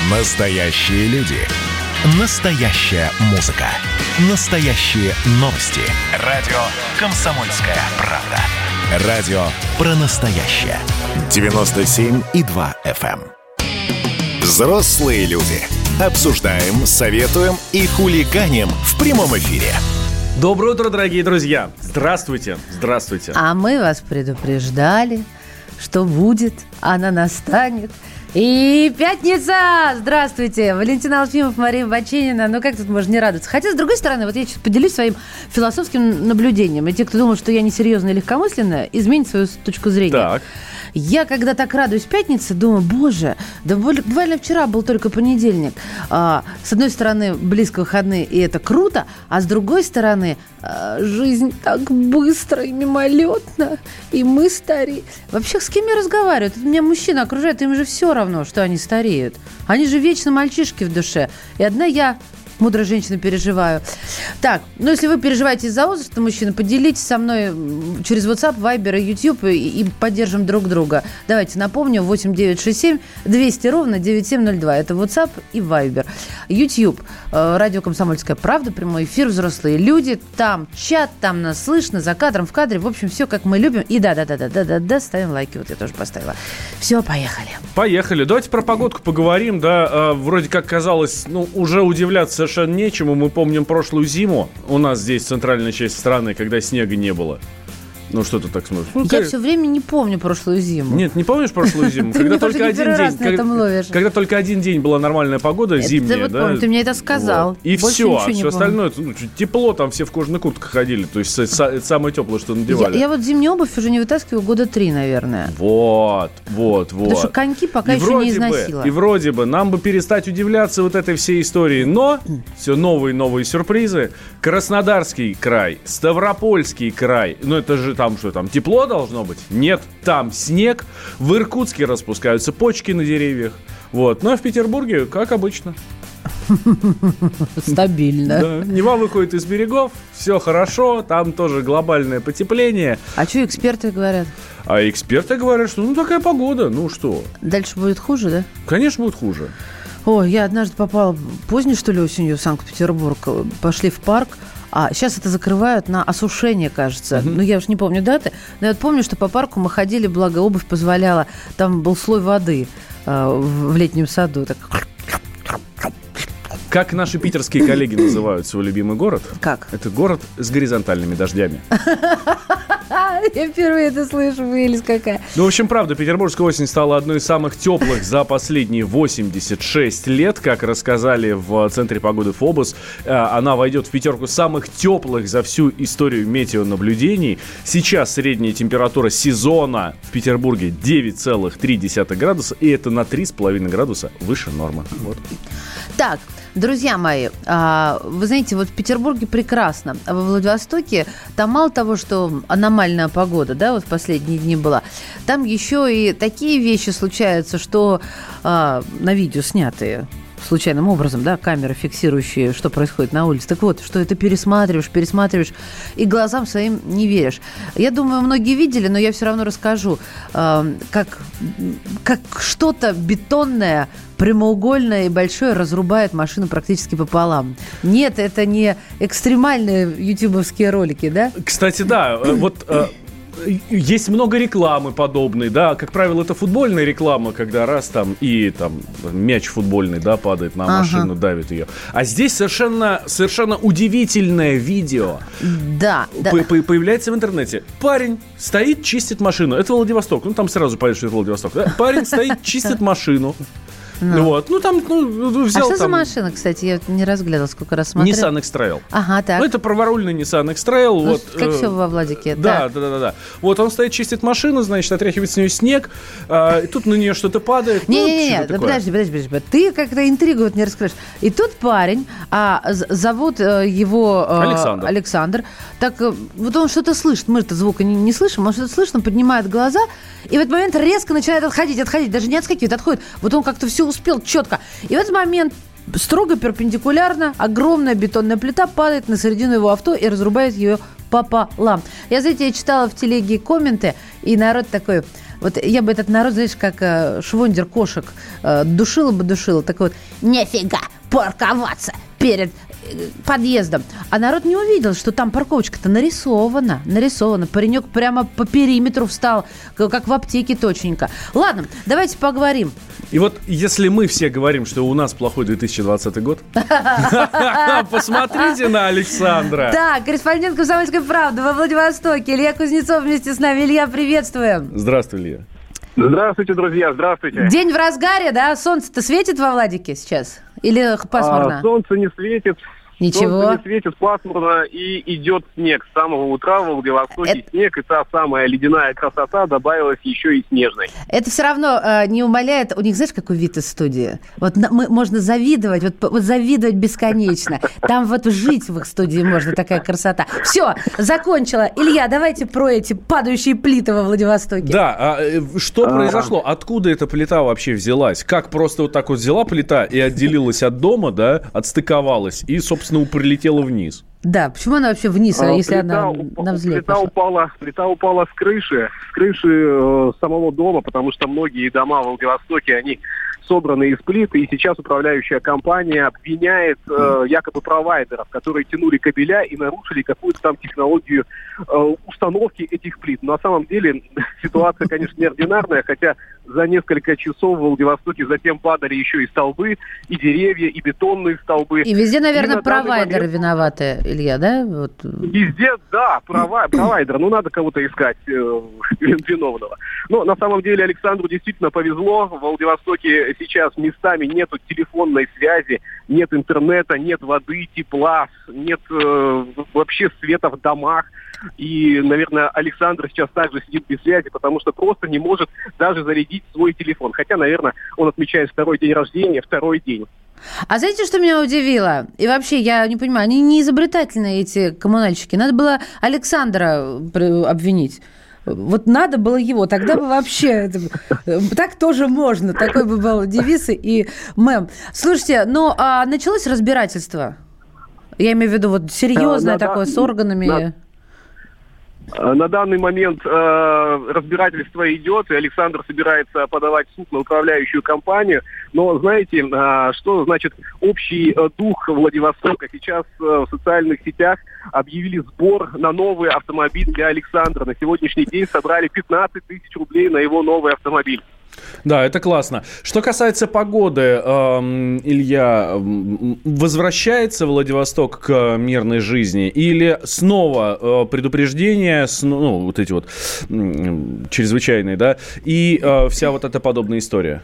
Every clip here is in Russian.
Настоящие люди. Настоящая музыка. Настоящие новости. Радио «Комсомольская правда». Радио про настоящее. 97,2 FM. Взрослые люди. Обсуждаем, советуем и хулиганим в прямом эфире. Доброе утро, дорогие друзья. Здравствуйте. Здравствуйте. А мы вас предупреждали, что будет, она настанет. И пятница! Здравствуйте! Валентин Алфимов, Мария Баченина. Ну, как тут можно не радоваться? Хотя, с другой стороны, вот я сейчас поделюсь своим философским наблюдением. И те, кто думал, что я несерьезная и легкомысленная, изменят свою точку зрения. Так. Я, когда так радуюсь пятнице, думаю, боже, да буквально вчера был только понедельник. С одной стороны, близко выходные, и это круто, а с другой стороны, жизнь так быстро и мимолетна, и мы стареем. Вообще, с кем я разговариваю? Тут меня мужчины окружают, им же все равно, что они стареют. Они же вечно мальчишки в душе. И одна я... мудрая женщина, переживаю. Так, ну если вы переживаете из-за возраста, мужчина, поделитесь со мной через WhatsApp, Viber и YouTube и поддержим друг друга. Давайте напомню, 8967 200 ровно 9702. Это WhatsApp и Viber. YouTube, радио «Комсомольская правда», прямой эфир, взрослые люди. Там чат, там нас слышно, за кадром, в кадре. В общем, все как мы любим. И да, ставим лайки. Вот я тоже поставила. Все, поехали. Поехали. Давайте про погодку поговорим. Да, вроде как казалось, уже удивляться совершенно нечему. Мы помним прошлую зиму у нас здесь, центральная часть страны, когда снега не было. Ну, что ты так смотришь? Я все время не помню прошлую зиму. Нет, не помнишь прошлую зиму? Когда только один день. Когда только один день была нормальная погода, зимняя, да? Ты мне это сказал. И все, а все остальное, тепло, там все в кожаных куртках ходили. То есть это самое теплое, что надевали. Я вот зимнюю обувь уже не вытаскиваю года 3, наверное. Вот. Потому что коньки пока еще не износила. И вроде бы нам бы перестать удивляться вот этой всей истории, но все новые и новые сюрпризы. Краснодарский край, Ставропольский край, это же там что, там тепло должно быть? Нет, там снег. В Иркутске распускаются почки на деревьях. Вот. Ну а в Петербурге, как обычно. Стабильно. Да. Нева выходит из берегов, все хорошо, там тоже глобальное потепление. А что эксперты говорят? А эксперты говорят, что такая погода, что? Дальше будет хуже, да? Конечно, будет хуже. Ой, я однажды попала поздней, что ли, осенью в Санкт-Петербург. Пошли в парк. А сейчас это закрывают на осушение, кажется. Я уж не помню даты. Но я помню, что по парку мы ходили, благо обувь позволяла. Там был слой воды в летнем саду. Так. Как наши питерские коллеги называют свой любимый город? Как? Это город с горизонтальными дождями. Я впервые это слышу, вылез какая. В общем, правда, петербургская осень стала одной из самых теплых за последние 86 лет. Как рассказали в Центре погоды ФОБОС, она войдет в пятерку самых теплых за всю историю метеонаблюдений. Сейчас средняя температура сезона в Петербурге 9,3 градуса, и это на 3,5 градуса выше нормы. Вот. Так, друзья мои, вы знаете, вот в Петербурге прекрасно, а во Владивостоке там мало того, что аномальная погода, да, вот в последние дни была, там еще и такие вещи случаются, что на видео снятые случайным образом, да, камеры, фиксирующие, что происходит на улице. Так вот, что это пересматриваешь, и глазам своим не веришь. Я думаю, многие видели, но я все равно расскажу, как что-то бетонное, прямоугольное и большое разрубает машину практически пополам. Нет, это не экстремальные ютубовские ролики, да? Кстати, да, вот... Есть много рекламы подобной, да, как правило, это футбольная реклама, когда раз там и там мяч футбольный, да, падает на машину, давит ее. А здесь совершенно удивительное видео. Да. Появляется в интернете. Парень стоит, чистит машину. Это Владивосток. Там сразу понятно, что это Владивосток. Да? Парень стоит, чистит машину. Вот. Взял. А что за машина, кстати? Я не разглядел, сколько раз смотрел. Nissan X-Trail. Ага, так. Это праворульный Nissan X-Trail. Как все во Владике. Да. Вот он стоит, чистит машину, значит, отряхивает с нее снег, и тут на нее что-то падает. Не, подожди. Ты как-то интригу не раскроешь. И тут парень, зовут его Александр. Так вот он что-то слышит. Мы-то звука не слышим, он что-то слышит, он поднимает глаза, и в этот момент резко начинает отходить, даже не отскакивает, отходит. Вот он как-то все успел четко. И в этот момент строго перпендикулярно огромная бетонная плита падает на середину его авто и разрубает ее пополам. Я читала в телеге комменты, и народ такой: Вот я бы этот народ, знаешь, как швондер кошек душила. Так вот, нифига парковаться перед подъездом. А народ не увидел, что там парковочка-то нарисована. Паренек прямо по периметру встал, как в аптеке точненько. Ладно, давайте поговорим. И вот если мы все говорим, что у нас плохой 2020 год, посмотрите на Александра. Да, корреспондент «Комсомольской правды» во Владивостоке. Илья Кузнецов вместе с нами. Илья, приветствуем. Здравствуй, Илья. Здравствуйте, друзья, здравствуйте. День в разгаре, да? Солнце-то светит во Владике сейчас? Или пасмурно? Солнце не светит. Ничего. Солнце не светит, пасмурно, и идет снег. С самого утра в Владивостоке снег, и та самая ледяная красота добавилась еще и снежной. Это все равно не умаляет. У них, знаешь, какой вид из студии? Вот можно завидовать, вот завидовать бесконечно. Там вот жить в их студии можно, такая красота. Все, закончила. Илья, давайте про эти падающие плиты во Владивостоке. Да, что произошло? Откуда эта плита вообще взялась? Как просто вот так вот взяла плита и отделилась от дома, да, отстыковалась и, собственно, прилетела вниз? Да, почему она вообще вниз, если она на взлет пошла? Плита упала с крыши самого дома, потому что многие дома в Владивостоке, они собраны из плит, и сейчас управляющая компания обвиняет якобы провайдеров, которые тянули кабеля и нарушили какую-то там технологию установки этих плит. Но на самом деле ситуация, конечно, неординарная, хотя за несколько часов в Владивостоке затем падали еще и столбы, и деревья, и бетонные столбы. И везде, наверное, провайдеры виноваты, Илья, да? Вот. Везде, да, провайдер. Ну, надо кого-то искать виновного. Но на самом деле Александру действительно повезло. В Владивостоке сейчас местами нету телефонной связи, нет интернета, нет воды, тепла, нет вообще света в домах. И, наверное, Александр сейчас также сидит без связи, потому что просто не может даже зарядить свой телефон. Хотя, наверное, он отмечает второй день рождения, второй день. А знаете, что меня удивило? И вообще, я не понимаю, они не изобретательные, эти коммунальщики. Надо было Александра обвинить. Вот надо было его, тогда бы вообще... Так тоже можно. Такой бы был девиз и мем. Слушайте, а началось разбирательство? Я имею в виду вот серьезное такое, с органами... На данный момент разбирательство идет, и Александр собирается подавать в суд на управляющую компанию. Но знаете, что значит общий дух Владивостока? Сейчас в социальных сетях объявили сбор на новый автомобиль для Александра. На сегодняшний день собрали 15 тысяч рублей на его новый автомобиль. Да, это классно. Что касается погоды, Илья, возвращается Владивосток к мирной жизни или снова предупреждения, вот эти вот чрезвычайные, да, и вся вот эта подобная история?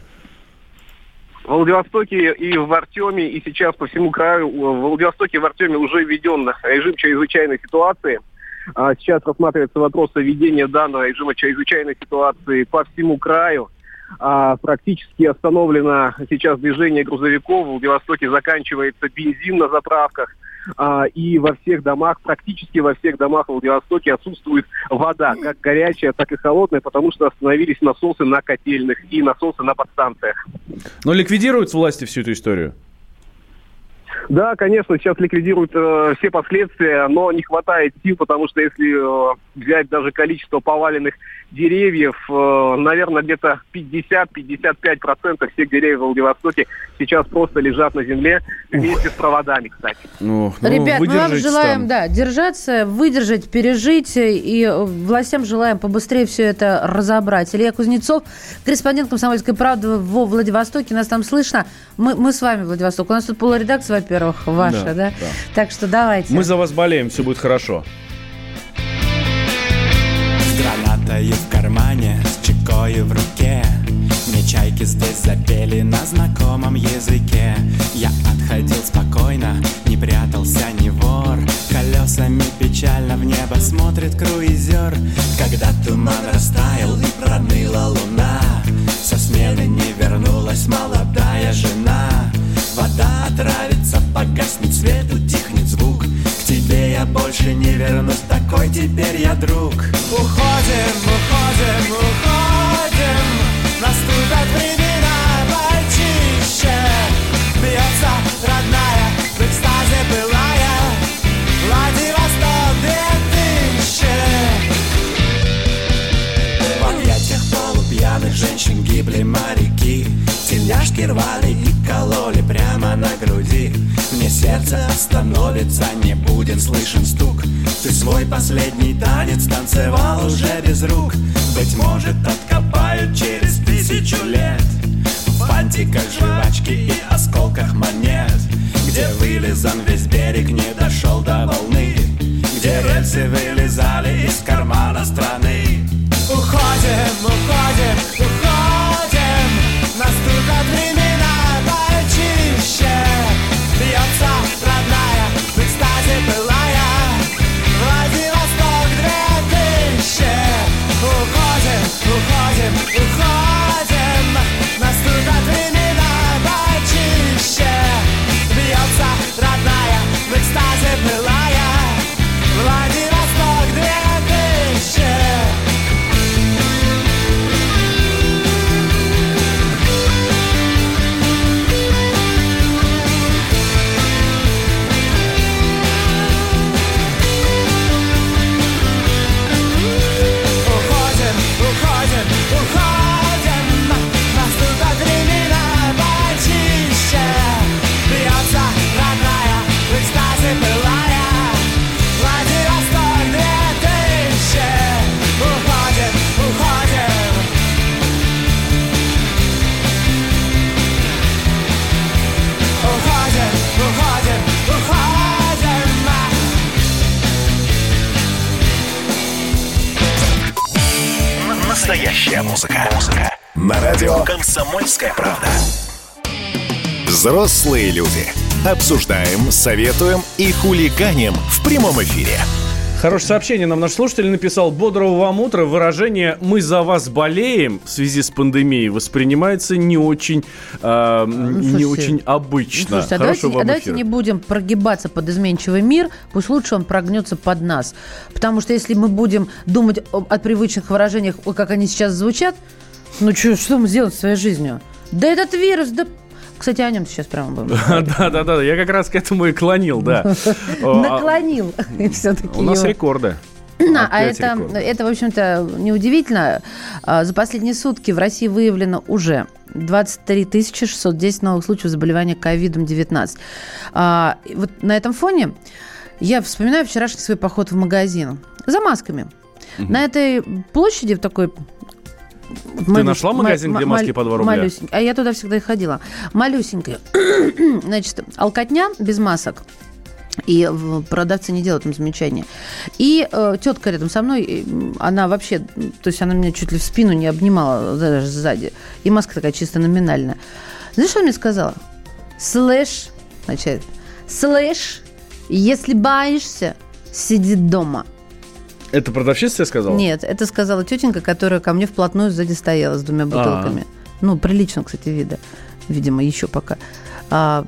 В Владивостоке и в Артеме, и сейчас по всему краю, в Владивостоке и в Артеме уже введен режим чрезвычайной ситуации. Сейчас рассматривается вопрос о введении данного режима чрезвычайной ситуации по всему краю. Практически остановлено сейчас движение грузовиков. В Владивостоке заканчивается бензин на заправках. И во всех домах, практически во всех домах в Владивостоке отсутствует вода, как горячая, так и холодная, потому что остановились насосы на котельных и насосы на подстанциях. Но ликвидируют власти всю эту историю? Да, конечно, сейчас ликвидируют все последствия, но не хватает сил, потому что если взять даже количество поваленных деревьев, наверное, где-то 50-55% всех деревьев в Владивостоке сейчас просто лежат на земле вместе с проводами, кстати. Ребят, мы вам желаем, держаться, выдержать, пережить, и властям желаем побыстрее все это разобрать. Илья Кузнецов, корреспондент «Комсомольской правды» во Владивостоке, нас там слышно. Мы с вами, Владивосток. У нас тут полуредакция, во-первых, ваша, да? Так что давайте. Мы за вас болеем, все будет хорошо. С гранатой в кармане, с чекой в руке, мне чайки здесь запели на знакомом языке. Я отходил спокойно, не прятался ни вор. Колесами печально в небо смотрит круизер. Когда туман растаял и проныла луна, со смены не вернулась молодая жена. Вода отравится, погаснет свет, утихнет звук. К тебе я больше не вернусь, такой теперь я друг. Уходим, уходим, уходим, наступят времена почище. Бьется родная, в экстазе былая, Владивосток 2000. В объятиях сжимали и кололи прямо на груди. Мне сердце остановится, не будет слышен стук. Ты свой последний танец танцевал уже без рук. Быть может, откопают через 1000 лет в фантиках жвачки и осколках монет, где вылизан весь берег, не дошел до волны, где рельсы вылезали из кармана страны. Уходим, уходим, уходим, наступят времена почище. Бьется родная, в экстазе былая, Владивосток 2000. Уходим, уходим, уходим, наступят времена почище. Бьется родная, в экстазе былая, Владивосток 2000. Настоящая музыка. На радио «Комсомольская правда». Взрослые люди. Обсуждаем, советуем и хулиганим в прямом эфире. Хорошее сообщение нам наш слушатель написал. Бодрого вам утра. Выражение «мы за вас болеем» в связи с пандемией воспринимается не очень, не очень обычно. Слушайте, давайте не будем прогибаться под изменчивый мир. Пусть лучше он прогнется под нас. Потому что если мы будем думать о привычных выражениях, как они сейчас звучат, ну что мы сделаем со своей жизнью? Да этот вирус, да... Кстати, о нем сейчас прямо будем. Да, я как раз к этому и клонил, да. Наклонил. У нас рекорды. А это, в общем-то, неудивительно. За последние сутки в России выявлено уже 23 610 новых случаев заболевания ковидом-19. Вот на этом фоне я вспоминаю вчерашний свой поход в магазин за масками. На этой площади в такой... Ты нашла магазин, где маски по 2 рубля? А я туда всегда и ходила. Малюсенькая. Значит, алкотня без масок. И продавцы не делают им замечания. И тетка рядом со мной, она вообще, то есть она меня чуть ли в спину не обнимала, даже сзади. И маска такая чисто номинальная. Знаешь, что она мне сказала? Слышь, если боишься, сиди дома. Это продавщица тебе сказала? Нет, это сказала тетенька, которая ко мне вплотную сзади стояла с 2 бутылками. Ну, приличного, кстати, вида. Видимо, еще пока. Я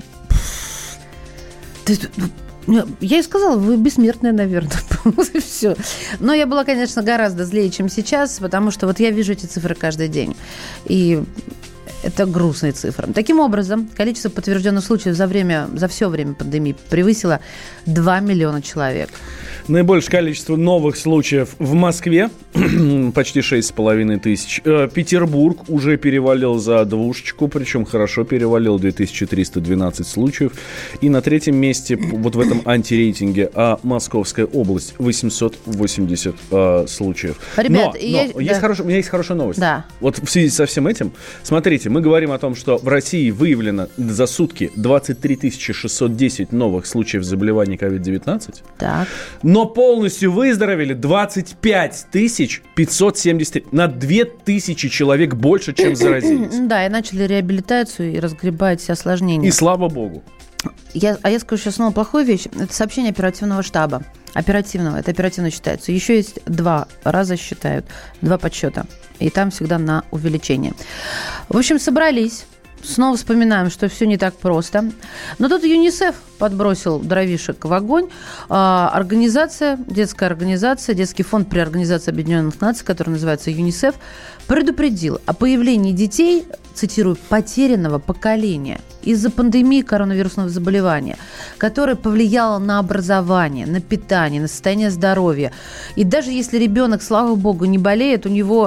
ей сказала, вы бессмертная, наверное. Все. Но я была, конечно, гораздо злее, чем сейчас, потому что вот я вижу эти цифры каждый день. И это грустные цифры. Таким образом, количество подтвержденных случаев за все время пандемии превысило 2 миллиона человек. Наибольшее количество новых случаев в Москве, почти 6,5 тысяч. Петербург уже перевалил за 2, причем хорошо перевалил, 2312 случаев. И на 3-м месте вот в этом антирейтинге Московская область, 880 случаев. Ребят, у меня есть хорошая новость. Да. Вот в связи со всем этим, смотрите, мы говорим о том, что в России выявлено за сутки 23 610 новых случаев заболевания COVID-19. Так. Но полностью выздоровели 25 573. На 2000 человек больше, чем заразились. Да, и начали реабилитацию и разгребать все осложнения. И слава богу. Я скажу сейчас снова плохую вещь. Это сообщение оперативного штаба. Оперативного. Это оперативно считается. Еще есть 2 раза считают. 2 подсчета. И там всегда на увеличение. В общем, собрались. Снова вспоминаем, что все не так просто. Но тут ЮНИСЕФ подбросил дровишек в огонь. Детская организация, детский фонд при Организации Объединенных Наций, который называется ЮНИСЕФ, предупредил о появлении детей, цитирую, потерянного поколения из-за пандемии коронавирусного заболевания, которое повлияло на образование, на питание, на состояние здоровья. И даже если ребенок, слава богу, не болеет, у него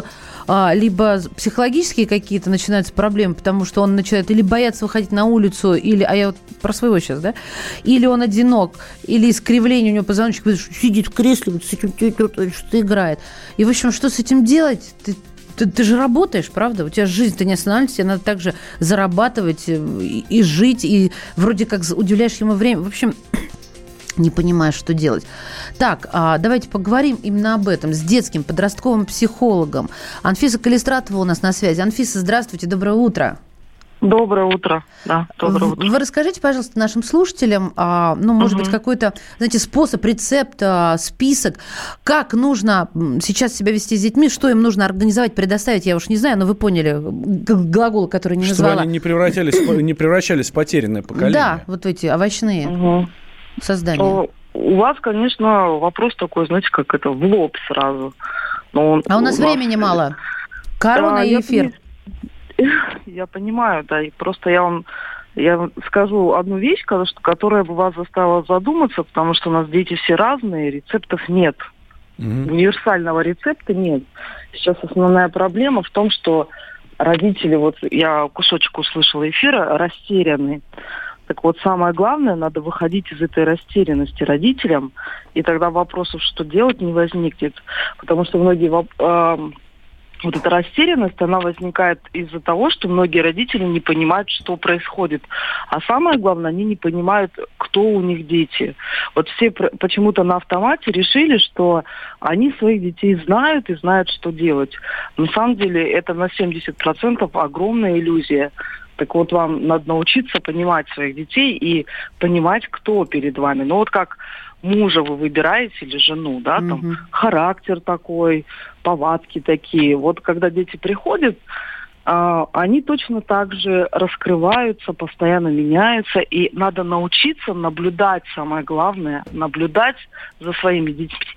либо психологические какие-то начинаются проблемы, потому что он начинает или бояться выходить на улицу, или, а я вот про своего сейчас, да, или он одинок, или искривление у него позвоночника, сидит в кресле, вот с этим что-то играет. И, в общем, что с этим делать? Ты же работаешь, правда? У тебя жизнь-то не останавливается, тебе надо также зарабатывать и жить, и вроде как уделяешь ему время. В общем, не понимаешь, что делать. Так, давайте поговорим именно об этом с детским подростковым психологом. Анфиса Калистратова у нас на связи. Анфиса, здравствуйте, доброе утро. Доброе утро. Да, доброе утро. Вы расскажите, пожалуйста, нашим слушателям, может быть, какой-то, знаете, способ, рецепт, список, как нужно сейчас себя вести с детьми, что им нужно организовать, предоставить, я уж не знаю, но вы поняли глагол, который не назвала. Чтобы они не превращались в потерянное поколение. Да, вот эти овощные создания. У вас, конечно, вопрос такой, знаете, как это, в лоб сразу. Но у нас времени мало. Корона и эфир. Я понимаю, да, и просто я скажу одну вещь, которая бы вас заставила задуматься, потому что у нас дети все разные, рецептов нет. Универсального рецепта нет. Сейчас основная проблема в том, что родители, вот я кусочек услышала эфира, растеряны. Так вот, самое главное, надо выходить из этой растерянности родителям, и тогда вопросов, что делать, не возникнет. Потому что многие вот эта растерянность, она возникает из-за того, что многие родители не понимают, что происходит. А самое главное, они не понимают, кто у них дети. Вот все почему-то на автомате решили, что они своих детей знают и знают, что делать. На самом деле это на 70% огромная иллюзия. Так вот, вам надо научиться понимать своих детей и понимать, кто перед вами. Ну вот как мужа вы выбираете или жену, да, там характер такой, повадки такие. Вот когда дети приходят, они точно так же раскрываются, постоянно меняются, и надо научиться наблюдать, самое главное, наблюдать за своими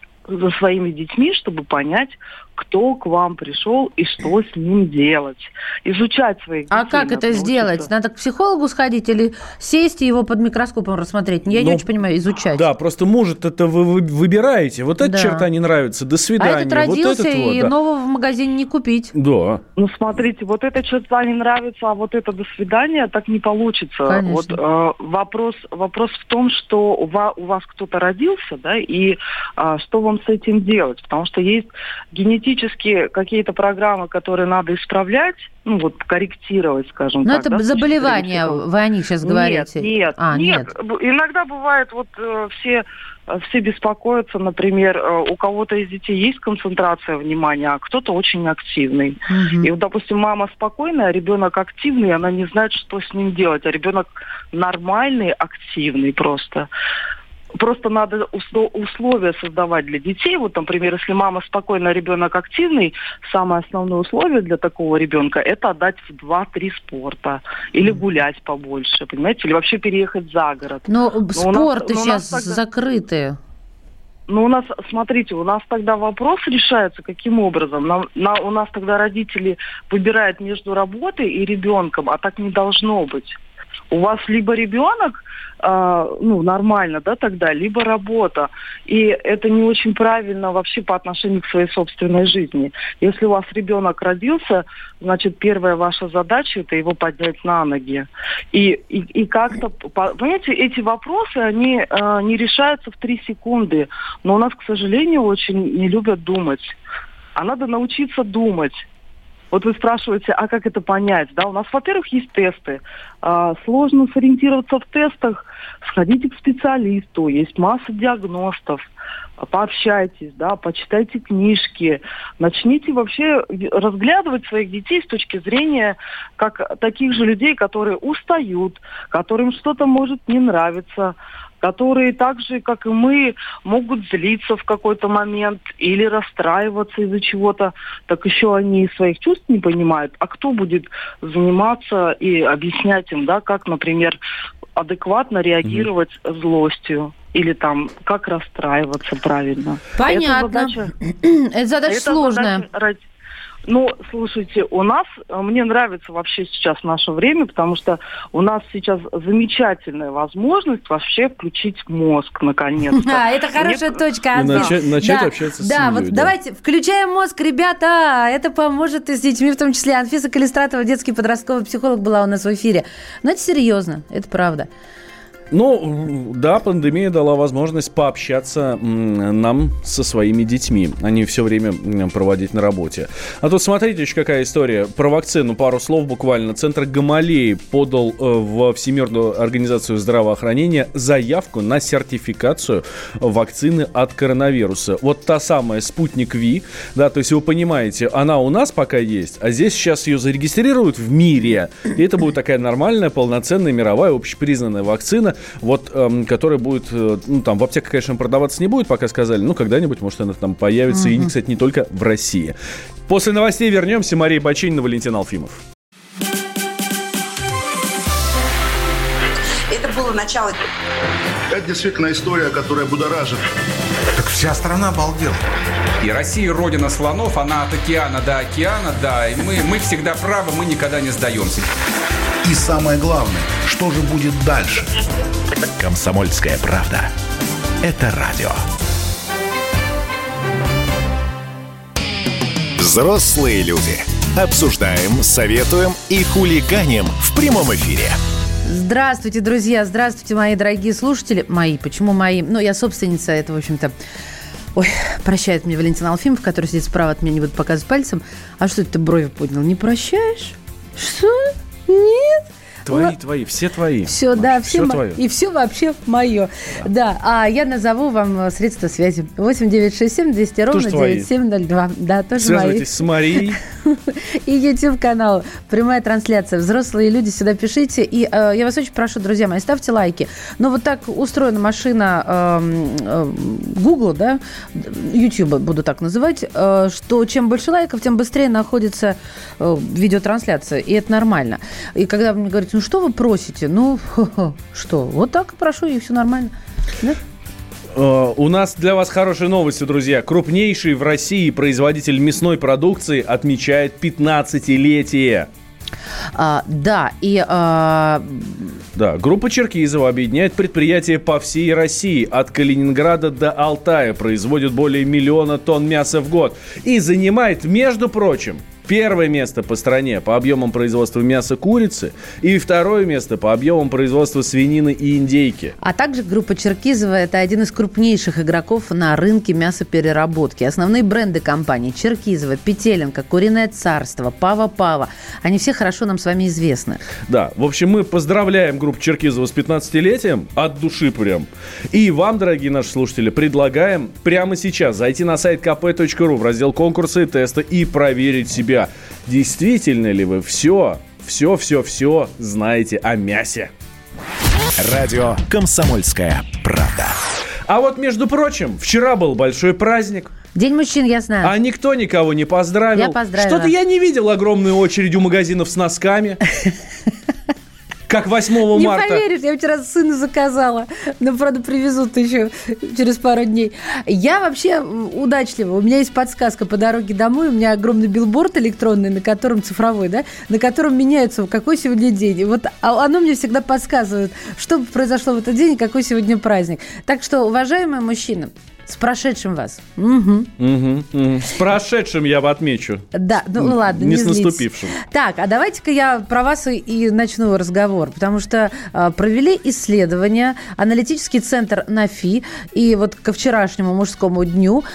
детьми, чтобы понять, кто к вам пришел и что с ним делать. Изучать своих детей. А как это сделать? Надо к психологу сходить или сесть и его под микроскопом рассмотреть? Я не очень понимаю, изучать. Да, просто может это вы выбираете. Вот эта черта не нравится, до свидания. А этот родился, и нового в магазине не купить. Да. Ну, смотрите, вот эта черта не нравится, а вот это до свидания, так не получится. Конечно. Вот вопрос в том, что у вас кто-то родился, да, и что вам с этим делать? Потому что есть генетические какие-то программы, которые надо исправлять, ну вот корректировать, скажем так. Но это заболевания, вы о них сейчас говорите? Нет. Иногда бывает, вот все беспокоятся, например, у кого-то из детей есть концентрация внимания, а кто-то очень активный. И вот, допустим, мама спокойная, а ребенок активный, она не знает, что с ним делать, а ребенок нормальный, активный просто. Просто надо условия создавать для детей. Вот, например, если мама спокойная, ребенок активный, самое основное условие для такого ребенка – это отдать в 2-3 спорта. Или гулять побольше, понимаете? Или вообще переехать за город. Но спорты сейчас закрыты. Ну, у нас, смотрите, у нас тогда вопрос решается каким образом. У нас тогда родители выбирают между работой и ребенком, а так не должно быть. У вас либо ребенок, нормально, да, тогда, либо работа. И это не очень правильно вообще по отношению к своей собственной жизни. Если у вас ребенок родился, значит, первая ваша задача – это его поднять на ноги. И как-то, понимаете, эти вопросы, они не решаются в 3 секунды. Но у нас, к сожалению, очень не любят думать. А надо научиться думать. Вот вы спрашиваете, а как это понять? Да, у нас, во-первых, есть тесты. Сложно сориентироваться в тестах. Сходите к специалисту. Есть масса диагностов. Пообщайтесь, да, почитайте книжки. Начните вообще разглядывать своих детей с точки зрения как таких же людей, которые устают, которым что-то может не нравиться, которые так же, как и мы, могут злиться в какой-то момент или расстраиваться из-за чего-то, так еще они своих чувств не понимают. А кто будет заниматься и объяснять им, да, как, например, адекватно реагировать злостью? Или там, как расстраиваться правильно? Понятно. Это задача сложная. Ну, слушайте, мне нравится вообще сейчас наше время, потому что у нас сейчас замечательная возможность вообще включить мозг, наконец-то. Это хорошая точка. Начать общаться с семьей. Вот давайте, включаем мозг, ребята, это поможет и с детьми, в том числе. Анфиса Калистратова, детский подростковый психолог, была у нас в эфире. Но это серьезно, это правда. Ну, да, пандемия дала возможность пообщаться нам со своими детьми, а не все время проводить на работе. А тут смотрите еще какая история. Про вакцину пару слов буквально. Центр Гамалеи подал в Всемирную организацию здравоохранения заявку на сертификацию вакцины от коронавируса. Вот та самая «Спутник Ви», да, то есть вы понимаете, она у нас пока есть, а здесь сейчас ее зарегистрируют в мире, и это будет такая нормальная, полноценная, мировая, общепризнанная вакцина, вот, которая будет, там, в аптеках, конечно, продаваться не будет, пока сказали, когда-нибудь, может, она там появится, и, кстати, не только в России. После новостей вернемся. Мария Баченина, Валентин Алфимов. Это было начало. Это действительно история, которая будоражит. Так вся страна обалдела. И Россия родина слонов, она от океана до океана, да, и мы всегда правы, мы никогда не сдаемся. И самое главное, что же будет дальше? «Комсомольская правда». Это радио. Взрослые люди. Обсуждаем, советуем и хулиганим в прямом эфире. Здравствуйте, друзья, здравствуйте, мои дорогие слушатели. Почему мои? Я собственница, это, в общем-то... Ой, прощает мне Валентин Алфимов, который сидит справа от меня, не буду показывать пальцем. А что это ты брови поднял? Не прощаешь? Что? Нет? Твои, все твои. Все, да, все твое. И все вообще мое. Да. А я назову вам средства связи. 8-967-200-97-02. Да, тоже связывайтесь с Марией. И YouTube-канал. Прямая трансляция. Взрослые люди, сюда пишите. И я вас очень прошу, друзья мои, ставьте лайки. Но вот так устроена машина Google, да, YouTube буду так называть, что чем больше лайков, тем быстрее находится видеотрансляция. И это нормально. И когда мне говорят, что вы просите? Что? Вот так и прошу, и все нормально. Да? У нас для вас хорошие новости, друзья. Крупнейший в России производитель мясной продукции отмечает 15-летие. Да, и... Да, группа Черкизова объединяет предприятия по всей России. От Калининграда до Алтая производит более 1 миллиона тонн мяса в год. И занимает, между прочим, первое место по стране по объемам производства мяса курицы и второе место по объемам производства свинины и индейки. А также группа Черкизова – это один из крупнейших игроков на рынке мясопереработки. Основные бренды компании – Черкизова, Петеленко, Куриное царство, Пава-Пава. Они все хорошо нам с вами известны. Да, в общем, мы поздравляем группу Черкизова с 15-летием от души прям. И вам, дорогие наши слушатели, предлагаем прямо сейчас зайти на сайт kp.ru в раздел «Конкурсы и тесты» и проверить себя. Действительно ли вы все знаете о мясе? Радио «Комсомольская правда». А вот, между прочим, вчера был большой праздник. День мужчин, я знаю. А никто никого не поздравил. Я поздравила. Что-то я не видел огромную очередь у магазинов с носками. Как 8 марта. Не поверишь, я вчера сыну заказала. Но, правда, привезут еще через пару дней. Я вообще удачлива. У меня есть подсказка по дороге домой. У меня огромный билборд электронный, на котором цифровой, да, на котором меняется, какой сегодня день. И вот оно мне всегда подсказывает, что произошло в этот день и какой сегодня праздник. Так что, уважаемые мужчины, с прошедшим вас. С прошедшим я бы отмечу. Да, ладно, не с наступившим. Так, а давайте-ка я про вас и начну разговор, потому что провели исследование, аналитический центр НАФИ, и вот ко вчерашнему мужскому дню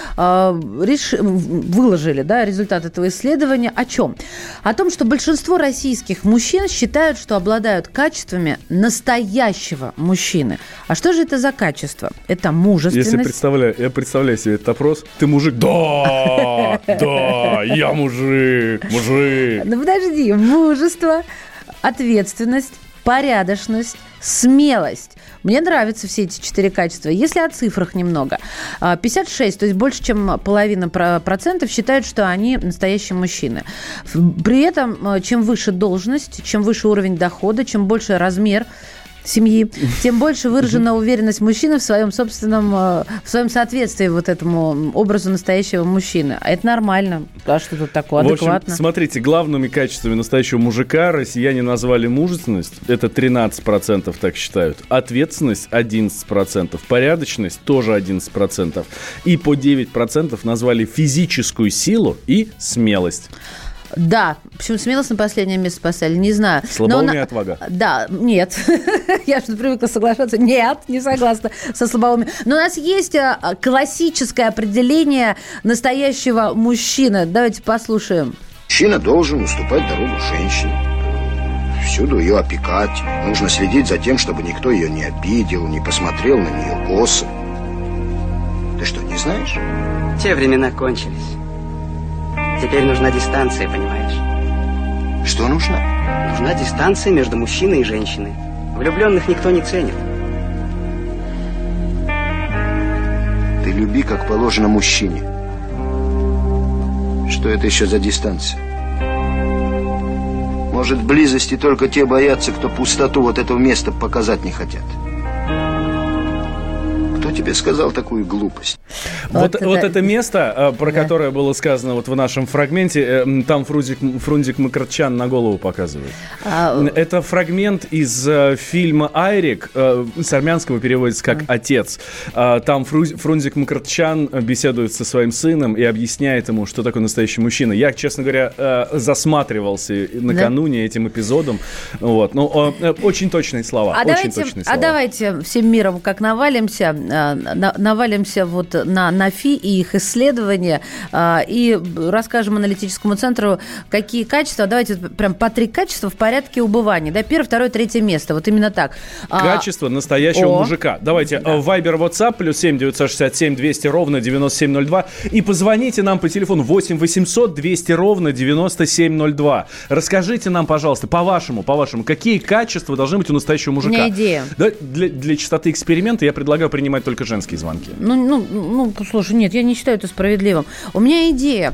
выложили, да, результат этого исследования. О чем? О том, что большинство российских мужчин считают, что обладают качествами настоящего мужчины. А что же это за качество? Это мужественность. Я представляю себе этот опрос. Ты мужик? Да, я мужик. Ну подожди, мужество, ответственность, порядочность, смелость. Мне нравятся все эти 4 качества. Если о цифрах немного. 56, то есть больше, чем половина процентов считают, что они настоящие мужчины. При этом, чем выше должность, чем выше уровень дохода, чем больше размер семьи, тем больше выражена уверенность мужчины в своем собственном, в своем соответствии вот этому образу настоящего мужчины. А это нормально. А что тут такое? Адекватно. В общем, смотрите, главными качествами настоящего мужика россияне назвали мужественность, это 13% так считают, ответственность 11%, порядочность тоже 11%, и по 9% назвали физическую силу и смелость. Да, почему смелость на последнее место поставили, не знаю. Слабоумие и отвага. Да, нет. Я что-то привыкла соглашаться. Нет, не согласна со слабоумием. Но у нас есть классическое определение настоящего мужчины. Давайте послушаем. Мужчина должен уступать дорогу женщине. Всюду ее опекать. Нужно следить за тем, чтобы никто ее не обидел, не посмотрел на нее косо. Ты что, не знаешь? Те времена кончились. Теперь нужна дистанция, понимаешь? Что нужно? Нужна дистанция между мужчиной и женщиной. Влюбленных никто не ценит. Ты люби, как положено, мужчине. Что это еще за дистанция? Может, близости только те боятся, кто пустоту вот этого места показать не хотят. Кто тебе сказал такую глупость? Вот это место, про которое было сказано вот в нашем фрагменте, там Фрунзик Мкртчян на голову показывает. Это фрагмент из фильма «Айрик», с армянского переводится как «Отец». Там Фрунзик Мкртчян беседует со своим сыном и объясняет ему, что такое настоящий мужчина. Я, честно говоря, засматривался накануне этим эпизодом. Вот. Но очень точные слова. Давайте всем миром как навалимся вот на ФИ и их исследования, и расскажем аналитическому центру, какие качества. Давайте прям по 3 качества в порядке убывания. Да, 1, 2, 3 место. Вот именно так. Качество настоящего мужика. Давайте, Вайбер, WhatsApp, +7 967 200 ровно 9702. И позвоните нам по телефону 8 800 200 ровно 9702. Расскажите нам, пожалуйста, по-вашему, какие качества должны быть у настоящего мужика. У меня идея. Да, для чистоты эксперимента я предлагаю принимать только женские звонки. Ну, слушай, нет, я не считаю это справедливым. У меня идея.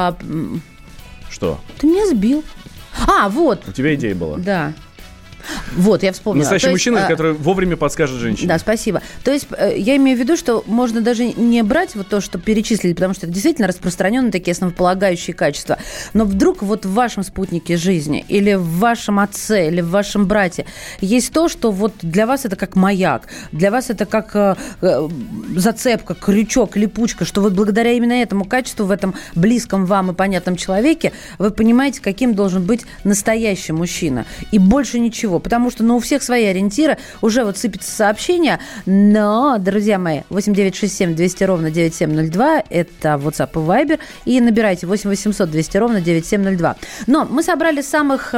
Что? Ты меня сбил. Вот. У тебя идея была. Да. Вот, я вспомнила. Настоящий мужчина, который вовремя подскажет женщине. Да, спасибо. То есть я имею в виду, что можно даже не брать вот то, что перечислили, потому что это действительно распространенные такие основополагающие качества. Но вдруг вот в вашем спутнике жизни или в вашем отце, или в вашем брате есть то, что вот для вас это как маяк, для вас это как зацепка, крючок, липучка, что вот благодаря именно этому качеству в этом близком вам и понятном человеке вы понимаете, каким должен быть настоящий мужчина. И больше ничего. Потому что, у всех свои ориентиры. Уже вот сыпятся сообщения. Но, друзья мои, 8967 200 ровно 9702. Это WhatsApp и Viber. И набирайте 8 800 200 ровно 9702. Но мы собрали самых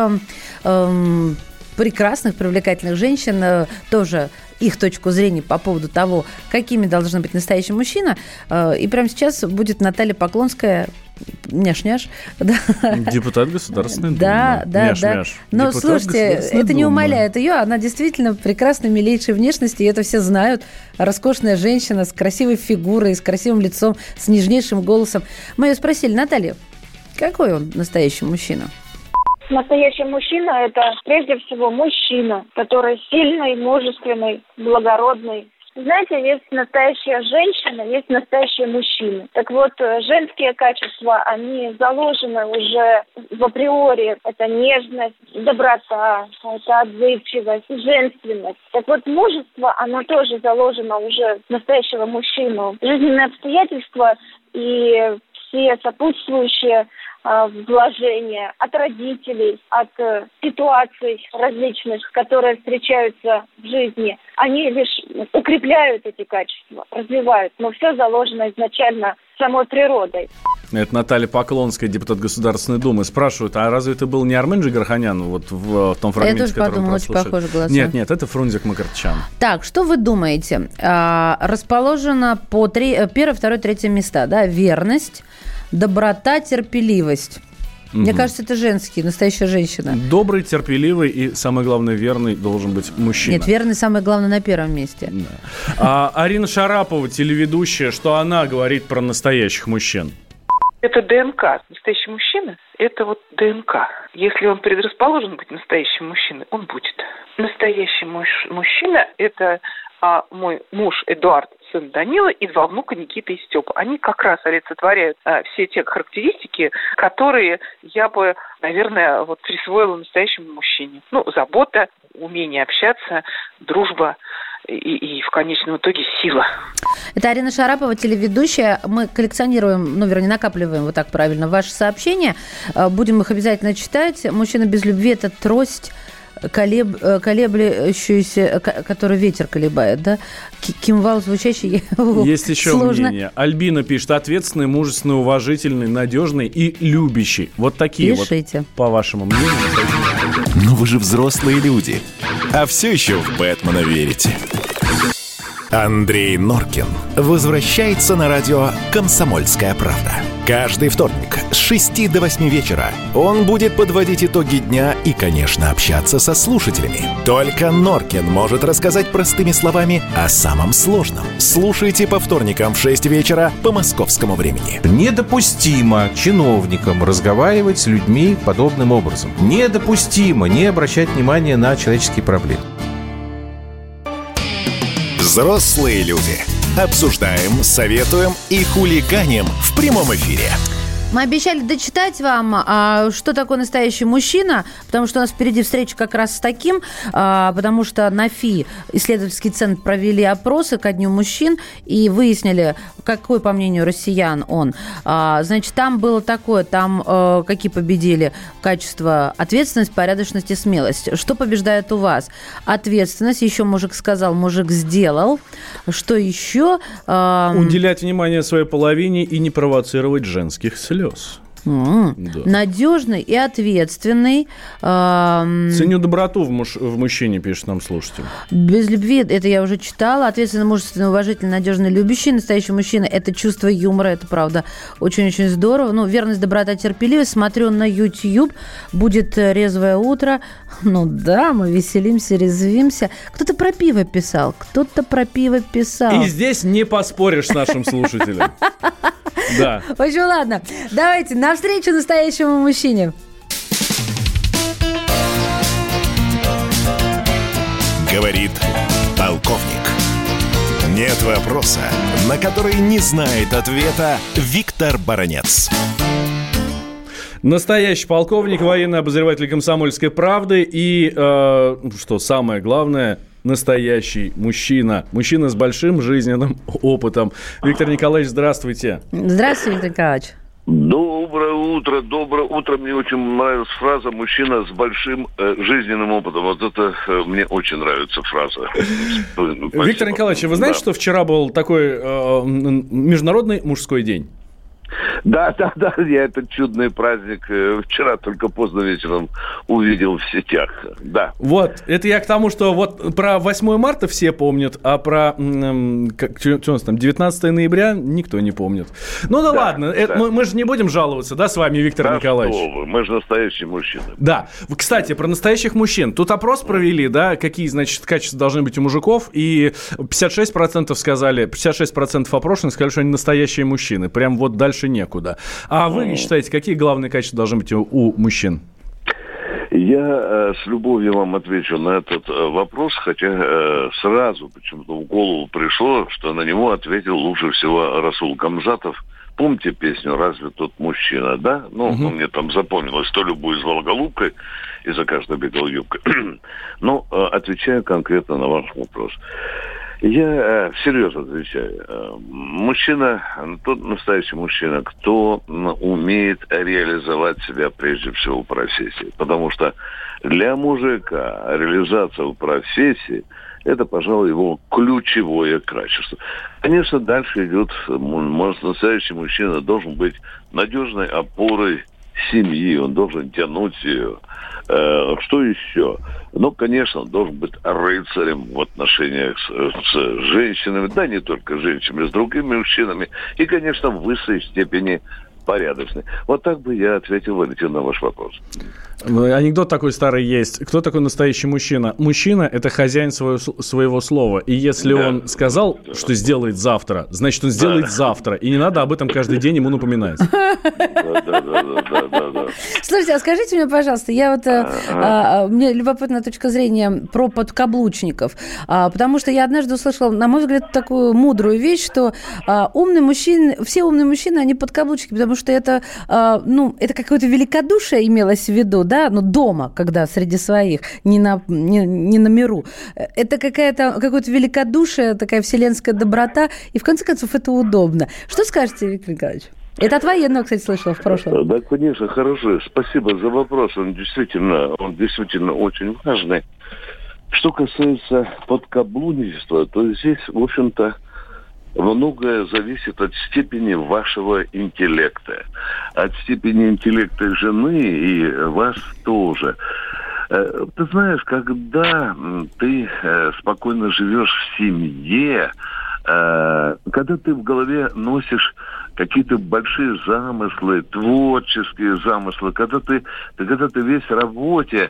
прекрасных, привлекательных женщин. Тоже их точку зрения по поводу того, какими должны быть настоящий мужчина. И прямо сейчас будет Наталья Поклонская. Няш-няш. Депутат Государственной Думы. Да. Но слушайте, это не умаляет ее. Она действительно прекрасной, милейшей внешности, и это все знают. Роскошная женщина с красивой фигурой, с красивым лицом, с нежнейшим голосом. Мы ее спросили: Наталья, какой он настоящий мужчина? Настоящий мужчина – это прежде всего мужчина, который сильный, мужественный, благородный. Знаете, есть настоящая женщина, есть настоящий мужчина. Так вот, женские качества, они заложены уже в априори. Это нежность, доброта, это отзывчивость, женственность. Так вот, мужество, оно тоже заложено уже в настоящего мужчину. Жизненные обстоятельства и все сопутствующие вложения от родителей, от ситуаций различных, которые встречаются в жизни, они лишь укрепляют эти качества, развивают, но все заложено изначально самой природой. Это Наталья Поклонская, депутат Государственной Думы. Спрашивают, а разве это был не Армен Джигарханян вот в том фрагменте, который мы прослушали? Я тоже подумала, очень похожий голос. Нет, это Фрунзик Мкртчян. Так, что вы думаете? Расположено по 1, 2, 3 места, да? Верность, доброта, терпеливость. Мне кажется, это женский, настоящая женщина. Добрый, терпеливый и, самое главное, верный должен быть мужчина. Нет, верный, самое главное, на первом месте. Да. Арина Шарапова, телеведущая, что она говорит про настоящих мужчин? Это ДНК. Настоящий мужчина – это вот ДНК. Если он предрасположен быть настоящим мужчиной, он будет. Настоящий мужчина – это мой муж Эдуард, сын Данила, и 2 внука Никита и Степа. Они как раз олицетворяют все те характеристики, которые я бы, наверное, вот присвоила настоящему мужчине. Ну, забота, умение общаться, дружба и в конечном итоге сила. Это Арина Шарапова, телеведущая. Мы коллекционируем, вернее, накапливаем, вот так правильно, ваши сообщения. Будем их обязательно читать. Мужчина без любви – это трость, колеблющийся, который ветер колебает, да? Кимвал звучащий. Есть еще мнение. Альбина пишет: ответственный, мужественный, уважительный, надежный и любящий. Вот такие Пишите. Вот, по вашему мнению. Но вы же взрослые люди. А все еще в Бэтмена верите. Андрей Норкин возвращается на радио «Комсомольская правда». Каждый вторник с 6 до 8 вечера он будет подводить итоги дня и, конечно, общаться со слушателями. Только Норкин может рассказать простыми словами о самом сложном. Слушайте по вторникам в 6 вечера по московскому времени. Недопустимо чиновникам разговаривать с людьми подобным образом. Недопустимо не обращать внимания на человеческие проблемы. Взрослые люди. Обсуждаем, советуем и хулиганим в прямом эфире. Мы обещали дочитать вам, что такое настоящий мужчина, потому что у нас впереди встреча как раз с таким, потому что на ФИ исследовательский центр провели опросы ко Дню мужчин и выяснили, какой, по мнению россиян, он. Значит, там было такое, там какие победили качества: ответственность, порядочность и смелость. Что побеждает у вас? Ответственность, еще мужик сказал, мужик сделал. Что еще? Уделять внимание своей половине и не провоцировать женских слез. Да. Надежный и ответственный. Ценю доброту в мужчине, пишет нам слушатель. Без любви, это я уже читала. Ответственный, мужественный, уважительный, надежный, любящий. Настоящий мужчина – это чувство юмора. Это, правда, очень-очень здорово. Верность, доброта, терпеливость. Смотрю на YouTube. Будет резвое утро. Да, мы веселимся, резвимся. Кто-то про пиво писал. И здесь не поспоришь с нашим слушателем. Да. В общем, ладно. Давайте навстречу настоящему мужчине. Говорит полковник. Нет вопроса, на который не знает ответа Виктор Баранец. Настоящий полковник, военный обозреватель «Комсомольской правды» и, что самое главное, настоящий мужчина. Мужчина с большим жизненным опытом. Виктор Николаевич, здравствуйте. Здравствуйте, Виктор Николаевич. Доброе утро. Мне очень нравилась фраза «мужчина с большим жизненным опытом». Вот это мне очень нравится фраза. Спасибо. Виктор Николаевич, вы знаете, что вчера был такой Международный мужской день? Да, я этот чудный праздник вчера только поздно вечером увидел в сетях, да. Вот, это я к тому, что вот про 8 марта все помнят, а про, что у нас там, 19 ноября никто не помнит. Да, ладно, да. Мы же не будем жаловаться, да, с вами, Виктор Николаевич? Что вы, мы же настоящие мужчины. Да, кстати, про настоящих мужчин. Тут опрос провели, да, какие, значит, качества должны быть у мужиков, и 56% сказали, 56% опрошенных сказали, что они настоящие мужчины, прям вот дальше некуда. А вы считаете, какие главные качества должны быть у мужчин? Я с любовью вам отвечу на этот вопрос, хотя сразу почему-то в голову пришло, что на него ответил лучше всего Расул Гамзатов. Помните песню «Разве тот мужчина», да? Мне там запомнилось, то любую звал голубкой, и за каждой бегал юбкой. Но отвечаю конкретно на ваш вопрос. Я серьезно отвечаю. Мужчина, тот настоящий мужчина, кто умеет реализовать себя прежде всего в профессии. Потому что для мужика реализация в профессии – это, пожалуй, его ключевое качество. Конечно, дальше идет, настоящий мужчина должен быть надежной опорой семьи, он должен тянуть ее. Что еще? Конечно, он должен быть рыцарем в отношениях с женщинами, да не только с женщинами, с другими мужчинами. И, конечно, в высшей степени порядочный. Вот так бы я ответил, Валентин, на ваш вопрос. Анекдот такой старый есть. Кто такой настоящий мужчина? Мужчина – это хозяин своего слова. И если он сказал, что сделает завтра, значит, он сделает завтра. И не надо об этом каждый день ему напоминать. Да. Слушайте, а скажите мне, пожалуйста, мне любопытна точка зрения про подкаблучников. Потому что я однажды услышала, на мой взгляд, такую мудрую вещь, что все умные мужчины, они подкаблучники, потому что это какое-то великодушие имелось в виду, да, но дома, когда среди своих, не на миру. Это какое-то великодушие, такая вселенская доброта, и в конце концов это удобно. Что скажете, Виктор Николаевич? Это от военного, кстати, слышала в прошлом. Да, конечно, хорошо. Спасибо за вопрос. Он действительно очень важный. Что касается подкаблунничества, то здесь, в общем-то, многое зависит от степени вашего интеллекта. От степени интеллекта жены и вас тоже. Ты знаешь, когда ты спокойно живешь в семье, когда ты в голове носишь какие-то большие замыслы, творческие замыслы, когда ты весь в работе,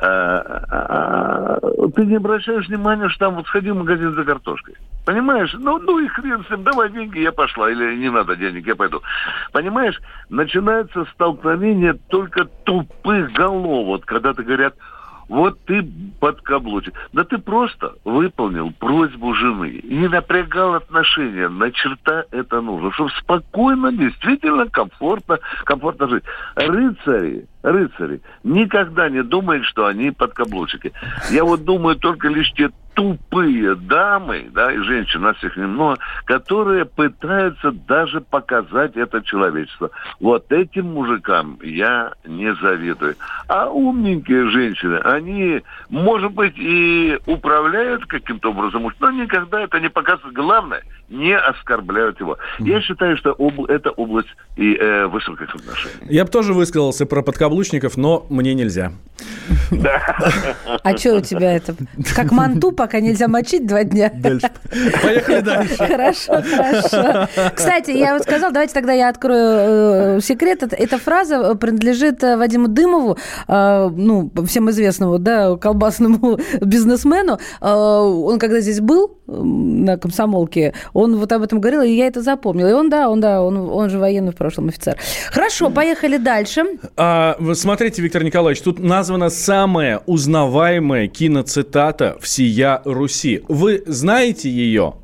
ты не обращаешь внимания, что там вот сходи в магазин за картошкой. Понимаешь? Ну и хрен с ним, давай деньги, я пошла, или не надо денег, я пойду. Понимаешь? Начинается столкновение только тупых голов, вот когда ты говорят, вот ты подкаблучник. Да ты просто выполнил просьбу жены и не напрягал отношения. На черта это нужно, чтобы спокойно, действительно комфортно жить. Рыцари никогда не думают, что они подкаблучники. Я вот думаю только лишь те тупые дамы, да, и женщин, нас их немного, которые пытаются даже показать это человечество. Вот этим мужикам я не завидую. А умненькие женщины, они, может быть, и управляют каким-то образом, но никогда это не показывают. Главное, не оскорбляют его. Я считаю, что это область и высоких отношений. Я бы тоже высказался про подкаблучников, но мне нельзя. А что у тебя это? Как манту, пока нельзя мочить 2 дня? Дальше. Поехали дальше. Хорошо. Кстати, я вот сказала, давайте тогда я открою секрет. Эта фраза принадлежит Вадиму Дымову, всем известному, да, колбасному бизнесмену. Он когда здесь был на комсомолке, он вот об этом говорил, и я это запомнила. И он же военный в прошлом офицер. Хорошо, поехали дальше. Смотрите, Виктор Николаевич, тут названа самая узнаваемая киноцитата «Всея Руси». Вы знаете ее?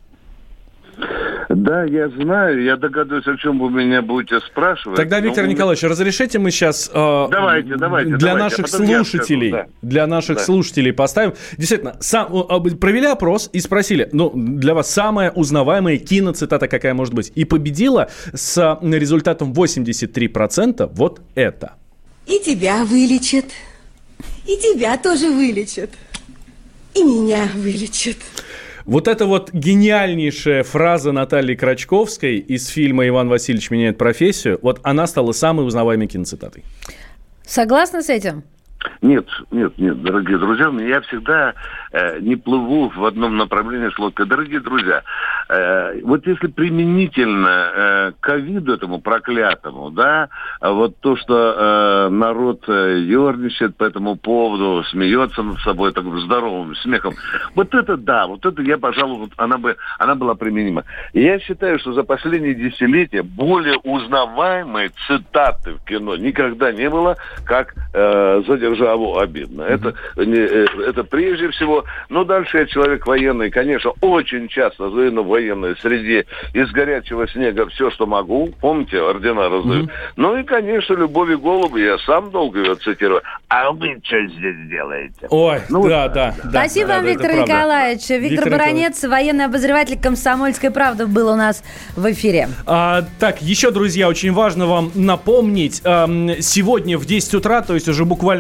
Да, я знаю. Я догадываюсь, о чем вы меня будете спрашивать. Тогда, Виктор Николаевич, разрешите мы сейчас для наших слушателей поставим. Действительно, провели опрос и спросили, для вас самая узнаваемая киноцитата какая может быть? И победила с результатом 83% вот это. И тебя вылечат, и тебя тоже вылечат, и меня вылечат. Вот эта вот гениальнейшая фраза Натальи Крачковской из фильма «Иван Васильевич меняет профессию», вот она стала самой узнаваемой киноцитатой. Согласна с этим? Нет, дорогие друзья, я всегда не плыву в одном направлении с лодкой. Дорогие друзья, вот если применительно к ковиду этому проклятому, да, вот то, что народ ерничает по этому поводу, смеется над собой таким здоровым смехом, вот это да, вот это я, пожалуй, она была применима. И я считаю, что за последние десятилетия более узнаваемой цитаты в кино никогда не было, как «За державу обидно». Это прежде всего. Но дальше я человек военный, конечно, очень часто в военной среде из горячего снега все, что могу. Помните, ордена раздают. Ну и, конечно, «Любовь и голуби». Я сам долго ее цитирую. А вы что здесь делаете? Ой, да. Спасибо вам, Виктор Николаевич. Виктор Баранец, военный обозреватель «Комсомольской правды», был у нас в эфире. Так, еще, друзья, очень важно вам напомнить. Сегодня в 10 утра, то есть уже буквально через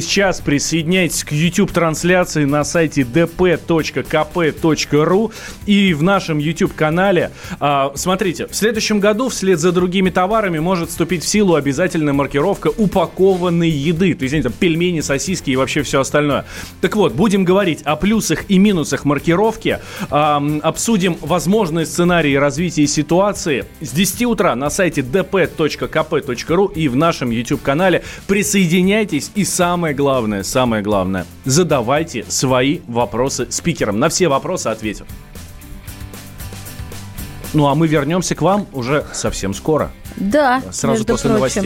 через час присоединяйтесь к YouTube-трансляции на сайте dp.kp.ru и в нашем YouTube-канале. Смотрите, в следующем году вслед за другими товарами может вступить в силу обязательная маркировка упакованной еды. То есть, там, пельмени, сосиски и вообще все остальное. Так вот, будем говорить о плюсах и минусах маркировки. Обсудим возможные сценарии развития ситуации с 10 утра на сайте dp.kp.ru и в нашем YouTube-канале. Присоединяйтесь и самое главное, задавайте свои вопросы спикерам. На все вопросы ответят. Ну, а мы вернемся к вам уже совсем скоро. Да, сразу после новостей.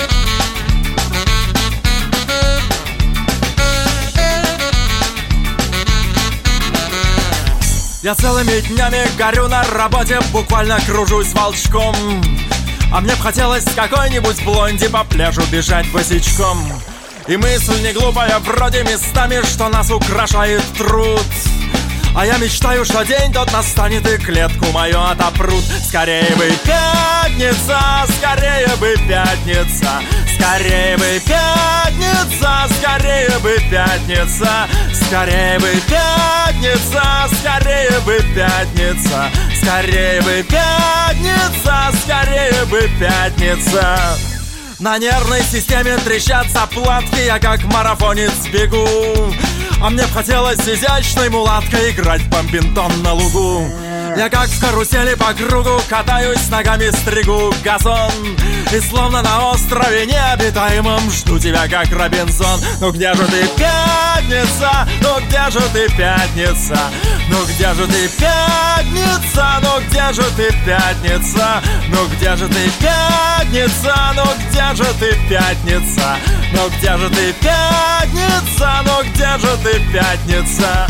Я целыми днями горю на работе, буквально кружусь волчком. А мне б хотелось с какой-нибудь блонди по пляжу бежать босичком. И мысль не глупая, вроде местами, что нас украшает труд. А я мечтаю, что день тот настанет и клетку мою отопрут. Скорее бы пятница, скорее бы пятница, скорее бы пятница, скорее бы пятница, скорее бы пятница, скорее бы пятница, скорее бы пятница, скорее бы пятница. На нервной системе трещат заплатки, я как марафонец бегу. А мне б хотелось с изящной мулаткой играть в бомбинтон на лугу. Я как в карусели по кругу катаюсь, ногами стригу газон. И словно на острове необитаемом жду тебя, как Робинзон. Ну где же ты, пятница? Ну где же ты, пятница? Ну где же ты, пятница? Ну где же ты, пятница? Ну где же ты, пятница? Ну где же ты, пятница? Ну где же ты, пятница? Ну где же ты, пятница?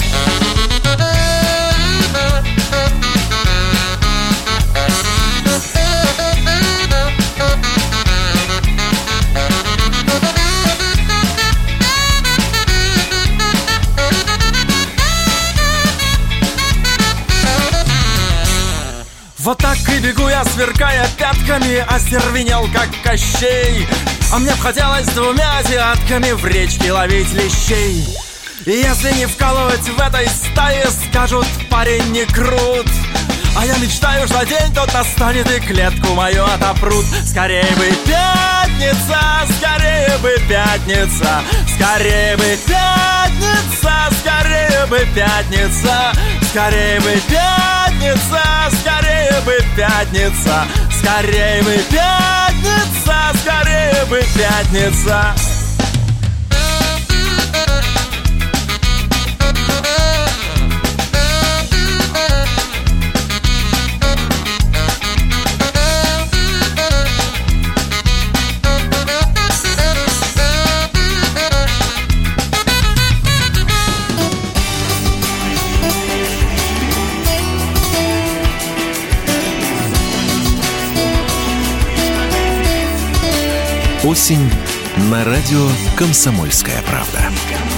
Вот так и бегу я, сверкая пятками, остервенел, как Кощей. А мне б хотелось двумя азиатками в речке ловить лещей. И если не вкалывать в этой стае, скажут, парень не крут. А я мечтаю, что день тот настанет и клетку мою отопрут. Скорее бы пятница, скорее бы пятница, скорее бы пятница, скорее бы пятница, скорее бы пятница, скорее бы пятница, скорее бы пятница, скорее бы пятница. Осень на радио «Комсомольская правда».